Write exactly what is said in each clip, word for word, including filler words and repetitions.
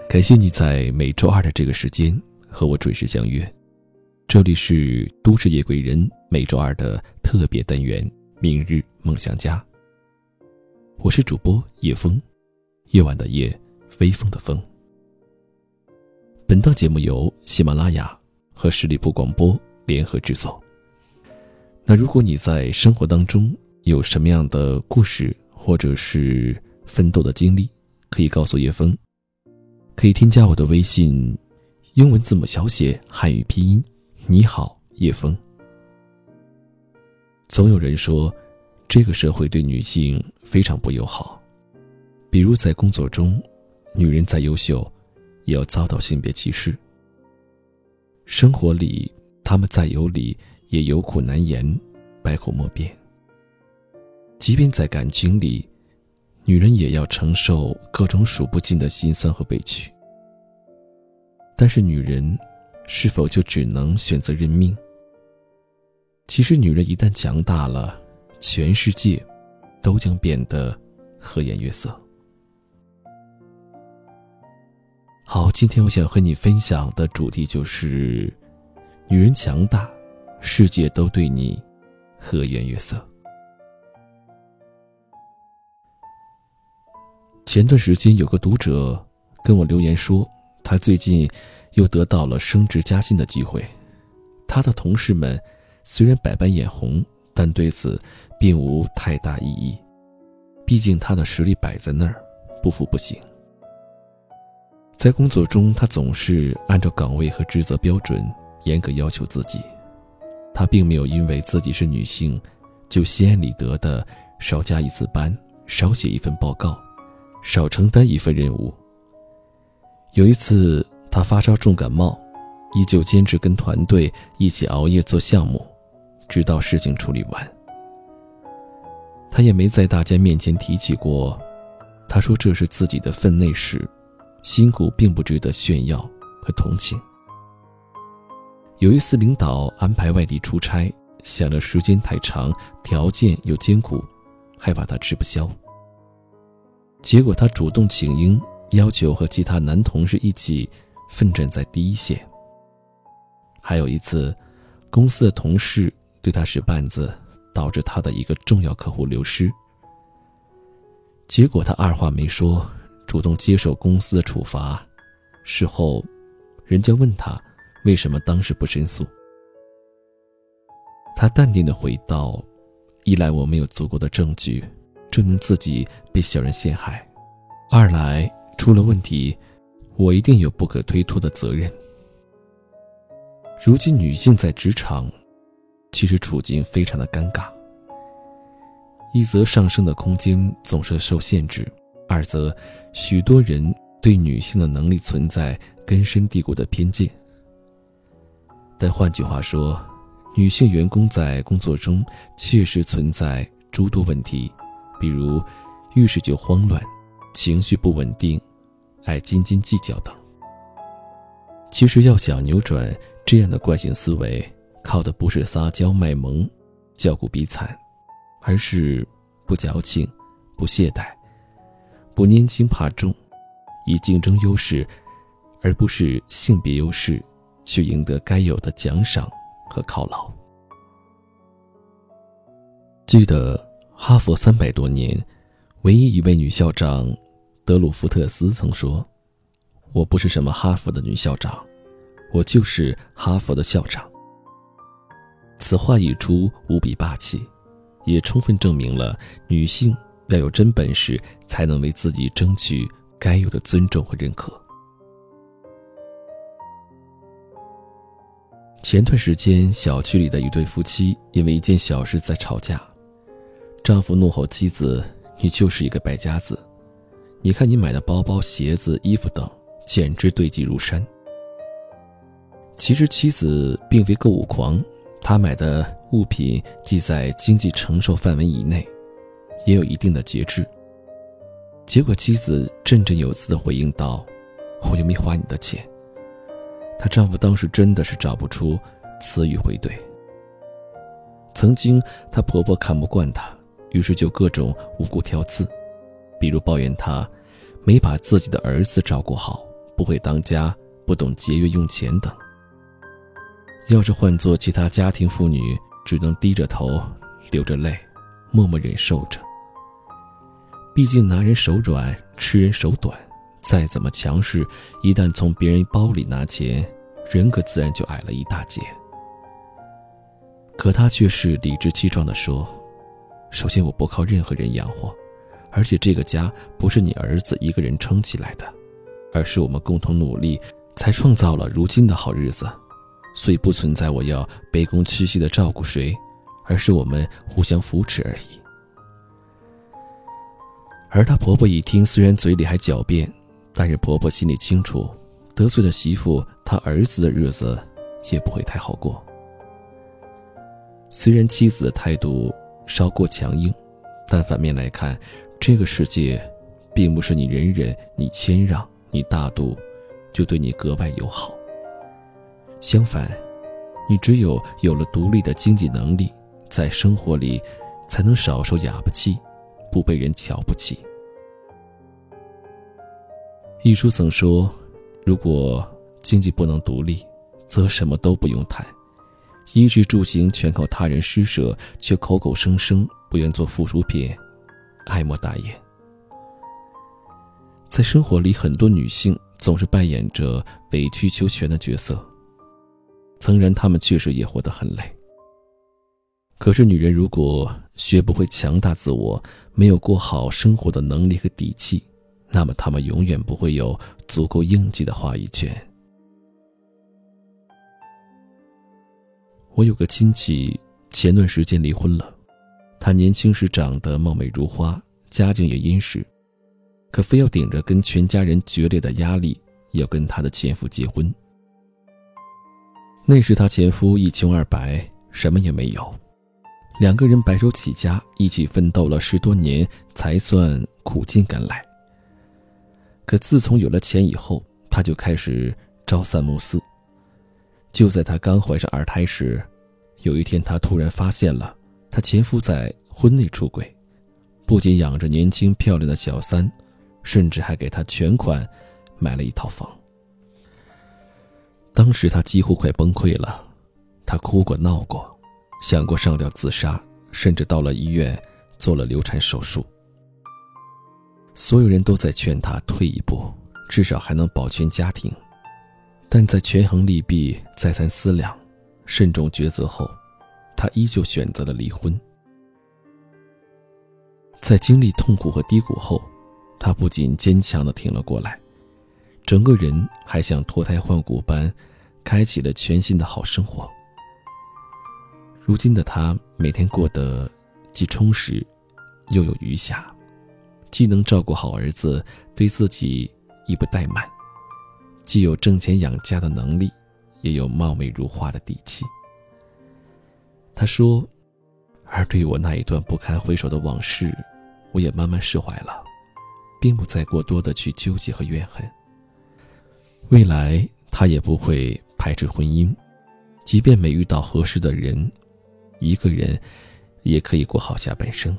感谢你在每周二的这个时间和我准时相约。这里是都市夜归人每周二的特别单元明日梦想家。我是主播叶枫，夜晚的夜，微风的风。本档节目由喜马拉雅和十里铺广播联合制作。那如果你在生活当中有什么样的故事或者是奋斗的经历，可以告诉叶枫，可以添加我的微信，英文字母小写汉语拼音你好叶枫。总有人说这个社会对女性非常不友好，比如在工作中，女人再优秀也要遭到性别歧视，生活里她们再有理也有苦难言，百口莫辩。即便在感情里，女人也要承受各种数不尽的辛酸和委屈。但是女人是否就只能选择认命？其实女人一旦强大了，全世界都将变得和颜悦色。好，今天我想和你分享的主题就是女人强大，世界都对你和颜悦色。前段时间有个读者跟我留言说，他最近又得到了升职加薪的机会。他的同事们虽然百般眼红，但对此并无太大意义，毕竟他的实力摆在那儿，不服不行。在工作中，他总是按照岗位和职责标准严格要求自己，他并没有因为自己是女性就心安理得的少加一次班，少写一份报告，少承担一份任务。有一次他发烧重感冒，依旧坚持跟团队一起熬夜做项目，直到事情处理完。他也没在大家面前提起过，他说这是自己的分内事，辛苦并不值得炫耀和同情。有一次领导安排外地出差，想着时间太长，条件又艰苦，害怕他吃不消。结果他主动请缨，要求和其他男同事一起奋战在第一线。还有一次，公司的同事对他使绊子，导致他的一个重要客户流失。结果他二话没说，主动接受公司的处罚。事后人家问他为什么当时不申诉，他淡定地回道，一来我没有足够的证据证明自己被小人陷害，二来出了问题我一定有不可推脱的责任。如今女性在职场其实处境非常的尴尬，一则上升的空间总是受限制，二则许多人对女性的能力存在根深蒂固的偏见。但换句话说，女性员工在工作中确实存在诸多问题，比如遇事就慌乱，情绪不稳定，爱斤斤计较等。其实要想扭转这样的惯性思维，靠的不是撒娇卖萌叫苦逼惨，而是不矫情，不懈怠，不拈轻怕重，以竞争优势而不是性别优势去赢得该有的奖赏和犒劳。记得哈佛三百多年唯一一位女校长德鲁福特斯曾说，我不是什么哈佛的女校长，我就是哈佛的校长。此话一出无比霸气，也充分证明了女性要有真本事才能为自己争取该有的尊重和认可。前段时间小区里的一对夫妻因为一件小事在吵架，丈夫怒吼妻子，你就是一个败家子，你看你买的包包鞋子衣服等简直堆积如山。其实妻子并非购物狂，她买的物品既在经济承受范围以内，也有一定的节制。结果妻子振振有词地回应道，我又没花你的钱。她丈夫当时真的是找不出词语回怼。曾经她婆婆看不惯她，于是就各种无故挑刺，比如抱怨她没把自己的儿子照顾好， 不会当家，不懂节约用钱等。要是换做其他家庭妇女，只能低着头，流着泪，默默忍受着。毕竟拿人手软，吃人手短，再怎么强势，一旦从别人包里拿钱，人格自然就矮了一大截。可他却是理直气壮地说，首先我不靠任何人养活，而且这个家不是你儿子一个人撑起来的，而是我们共同努力才创造了如今的好日子，所以不存在我要卑躬屈膝地照顾谁，而是我们互相扶持而已。而她婆婆一听，虽然嘴里还狡辩，但是婆婆心里清楚，得罪了媳妇，她儿子的日子也不会太好过。虽然妻子的态度稍过强硬，但反面来看，这个世界并不是你忍忍，你谦让，你大度就对你格外友好。相反，你只有有了独立的经济能力，在生活里才能少受哑巴气，不被人瞧不起。一书曾说，如果经济不能独立，则什么都不用谈，衣食住行全靠他人施舍，却口口声声不愿做附属品，爱莫大焉。在生活里，很多女性总是扮演着委曲求全的角色，诚然她们确实也活得很累。可是女人如果学不会强大自我，没有过好生活的能力和底气，那么她们永远不会有足够硬气的话语权。我有个亲戚前段时间离婚了，她年轻时长得貌美如花，家境也殷实，可非要顶着跟全家人决裂的压力，要跟她的前夫结婚。那时她前夫一穷二白，什么也没有，两个人白手起家，一起奋斗了十多年，才算苦尽甘来。可自从有了钱以后，她就开始朝三暮四。就在她刚怀上二胎时，有一天她突然发现了她前夫在婚内出轨，不仅养着年轻漂亮的小三，甚至还给她全款买了一套房。当时她几乎快崩溃了，她哭过闹过，想过上吊自杀，甚至到了医院做了流产手术。所有人都在劝她退一步，至少还能保全家庭。但在权衡利弊，再三思量，慎重抉择后，她依旧选择了离婚。在经历痛苦和低谷后，她不仅坚强地挺了过来，整个人还像脱胎换骨般开启了全新的好生活。如今的她每天过得既充实又有余暇，既能照顾好儿子，对自己亦不怠慢，既有挣钱养家的能力，也有貌美如花的底气。她说，而对于我那一段不堪回首的往事，我也慢慢释怀了，并不再过多的去纠结和怨恨。未来她也不会排斥婚姻，即便没遇到合适的人，一个人也可以过好下半生。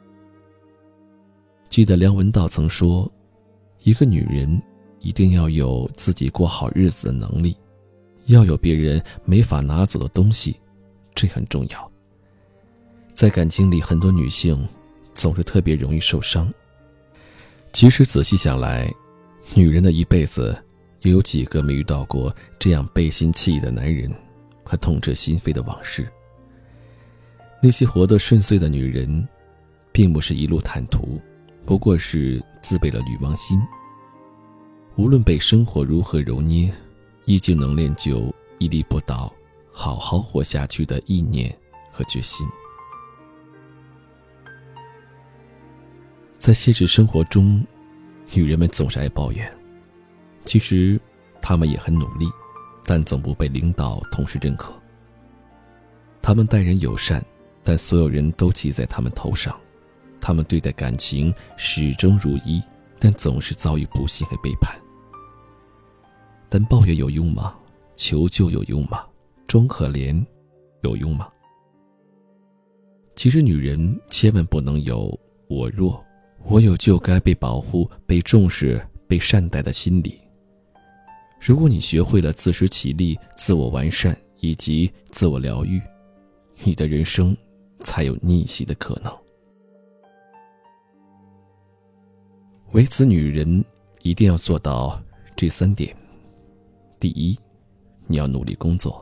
记得梁文道曾说，一个女人一定要有自己过好日子的能力，要有别人没法拿走的东西，这很重要。在感情里，很多女性总是特别容易受伤。其实仔细想来，女人的一辈子又有几个没遇到过这样背信弃义的男人和痛彻心扉的往事。那些活得顺遂的女人，并不是一路坦途，不过是自备了女王心。无论被生活如何揉捏，依旧能练就屹立不倒，好好活下去的意念和决心。在现实生活中，女人们总是爱抱怨，其实她们也很努力，但总不被领导同事认可。她们待人友善，但所有人都骑在她们头上。她们对待感情始终如一，但总是遭遇不幸和背叛。但抱怨有用吗？求救有用吗？装可怜有用吗？其实女人千万不能有我弱，我有就该被保护、被重视、被善待的心理。 如果你学会了自食其力、自我完善以及自我疗愈，你的人生才有逆袭的可能。为此，女人一定要做到这三点。第一，你要努力工作。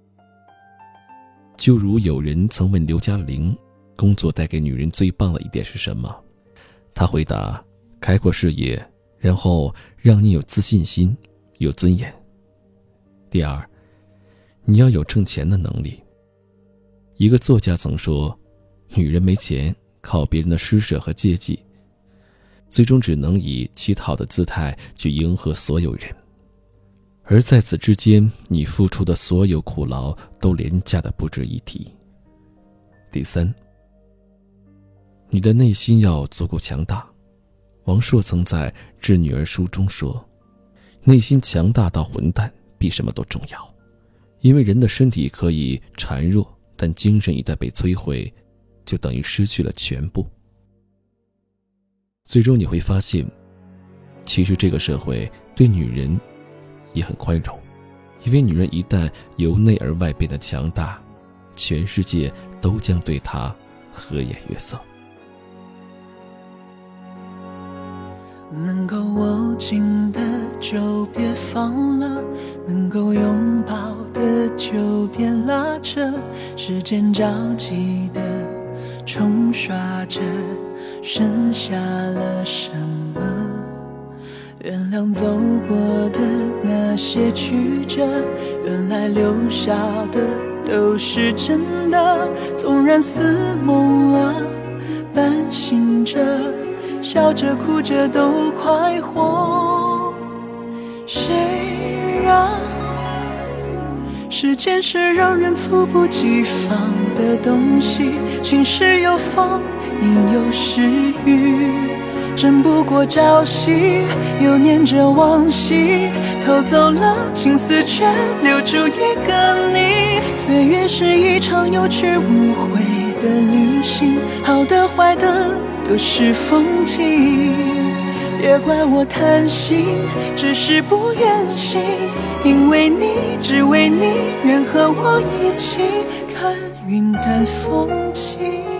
就如有人曾问刘嘉玲，工作带给女人最棒的一点是什么？她回答：开阔视野，然后让你有自信心，有尊严。第二，你要有挣钱的能力。一个作家曾说，女人没钱，靠别人的施舍和接济，最终只能以乞讨的姿态去迎合所有人，而在此之间，你付出的所有苦劳都廉价的不值一提。第三，你的内心要足够强大。王朔曾在《致女儿书》中说，内心强大到混蛋比什么都重要，因为人的身体可以孱弱，但精神一旦被摧毁，就等于失去了全部。最终你会发现，其实这个社会对女人也很宽容，因为女人一旦由内而外变得强大，全世界都将对她和颜悦色。 能够握紧的就别放了，能够拥抱的就别拉扯，时间着急的冲刷着，剩下了什么？原谅走过的那些曲折，原来留下的都是真的，纵然似梦啊，半醒着，笑着哭着都快活。谁让时间是让人猝不及防的东西，晴时有风，阴有时雨，争不过朝夕，又念着往昔，偷走了青丝，却留住一个你。岁月是一场有去无回的旅行，好的坏的都是风景，别怪我贪心，只是不愿醒，因为你，只为你，愿和我一起看云淡风轻。